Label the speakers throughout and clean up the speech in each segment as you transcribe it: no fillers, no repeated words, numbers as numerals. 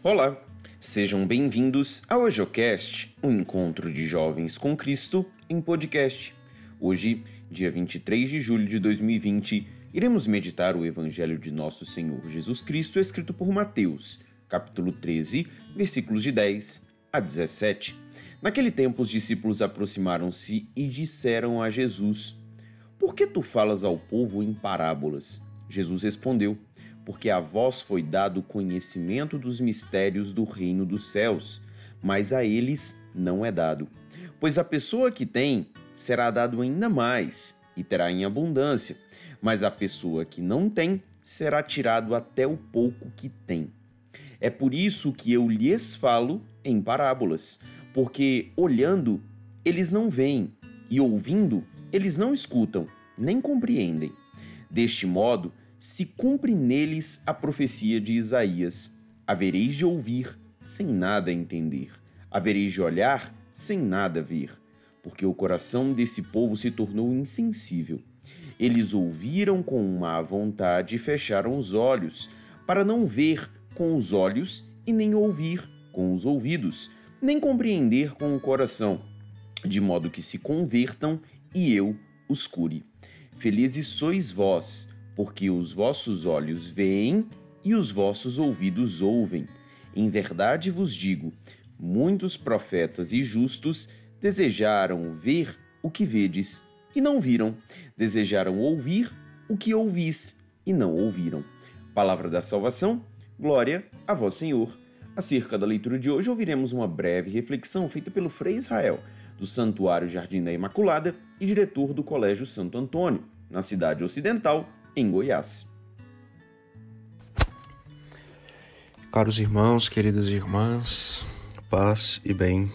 Speaker 1: Olá, sejam bem-vindos ao EjoCast, um encontro de jovens com Cristo em podcast. Hoje, dia 23 de julho de 2020, iremos meditar o Evangelho de Nosso Senhor Jesus Cristo escrito por Mateus, capítulo 13, versículos de 10 a 17. Naquele tempo, os discípulos aproximaram-se e disseram a Jesus: "Por que tu falas ao povo em parábolas?" Jesus respondeu: "Porque a vós foi dado o conhecimento dos mistérios do reino dos céus, mas a eles não é dado. Pois a pessoa que tem será dado ainda mais e terá em abundância, mas a pessoa que não tem será tirado até o pouco que tem. É por isso que eu lhes falo em parábolas, porque olhando eles não veem e ouvindo eles não escutam, nem compreendem. Deste modo, se cumpre neles a profecia de Isaías: havereis de ouvir sem nada entender, havereis de olhar sem nada ver, porque o coração desse povo se tornou insensível. Eles ouviram com má vontade e fecharam os olhos, para não ver com os olhos e nem ouvir com os ouvidos, nem compreender com o coração, de modo que se convertam e eu os cure. Felizes sois vós, porque os vossos olhos veem e os vossos ouvidos ouvem. Em verdade vos digo, muitos profetas e justos desejaram ver o que vedes e não viram, desejaram ouvir o que ouvis e não ouviram. Palavra da salvação, glória a vós, Senhor. Acerca da leitura de hoje, ouviremos uma breve reflexão feita pelo Frei Israel, do Santuário Jardim da Imaculada e diretor do Colégio Santo Antônio, na cidade ocidental, em Goiás.
Speaker 2: Caros irmãos, queridas irmãs, paz e bem.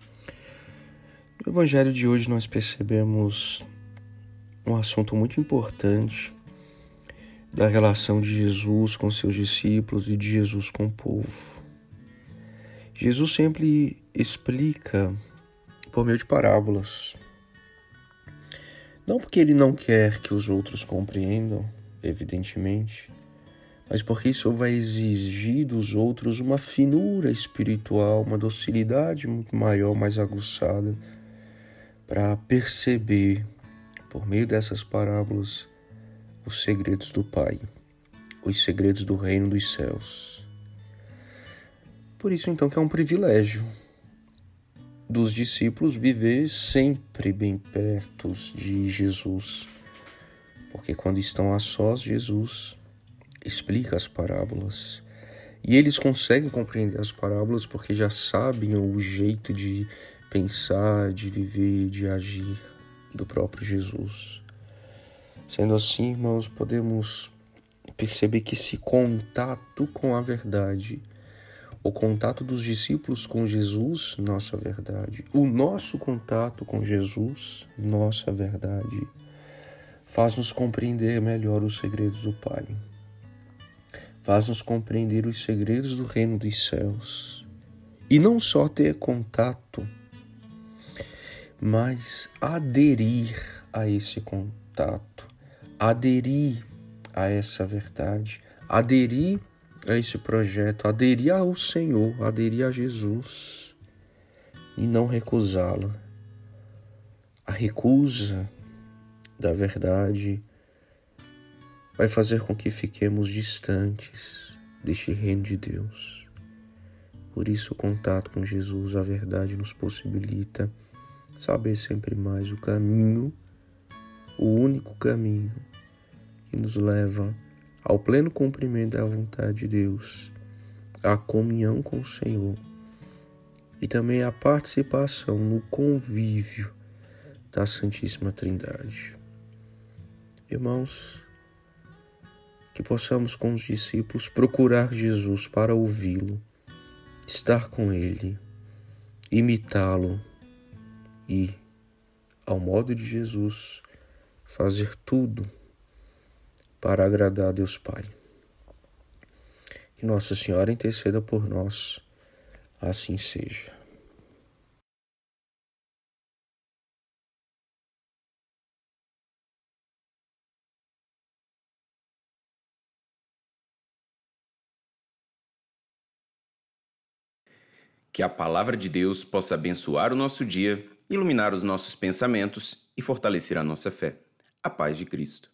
Speaker 2: No Evangelho de hoje nós percebemos um assunto muito importante da relação de Jesus com seus discípulos e de Jesus com o povo. Jesus sempre explica por meio de parábolas. Não porque ele não quer que os outros compreendam, evidentemente, mas porque isso vai exigir dos outros uma finura espiritual, uma docilidade muito maior, mais aguçada, para perceber, por meio dessas parábolas, os segredos do Pai, os segredos do reino dos céus. Por isso, então, que é um privilégio dos discípulos viver sempre bem perto de Jesus, porque quando estão a sós, Jesus explica as parábolas e eles conseguem compreender as parábolas porque já sabem o jeito de pensar, de viver, de agir do próprio Jesus. Sendo assim, irmãos, podemos perceber que esse contato com a verdade, o contato dos discípulos com Jesus, nossa verdade, o nosso contato com Jesus, nossa verdade, faz-nos compreender melhor os segredos do Pai. Faz-nos compreender os segredos do reino dos céus. E não só ter contato, mas aderir a esse contato, aderir a essa verdade, aderir a esse projeto, aderir ao Senhor, aderir a Jesus e não recusá-la. A recusa da verdade vai fazer com que fiquemos distantes deste reino de Deus. Por isso, o contato com Jesus, a verdade, nos possibilita saber sempre mais o caminho, o único caminho que nos leva ao pleno cumprimento da vontade de Deus, à comunhão com o Senhor e também à participação no convívio da Santíssima Trindade. Irmãos, que possamos com os discípulos procurar Jesus para ouvi-lo, estar com ele, imitá-lo e, ao modo de Jesus, fazer tudo para agradar a Deus Pai. Que Nossa Senhora interceda por nós, assim seja.
Speaker 1: Que a palavra de Deus possa abençoar o nosso dia, iluminar os nossos pensamentos e fortalecer a nossa fé. A paz de Cristo.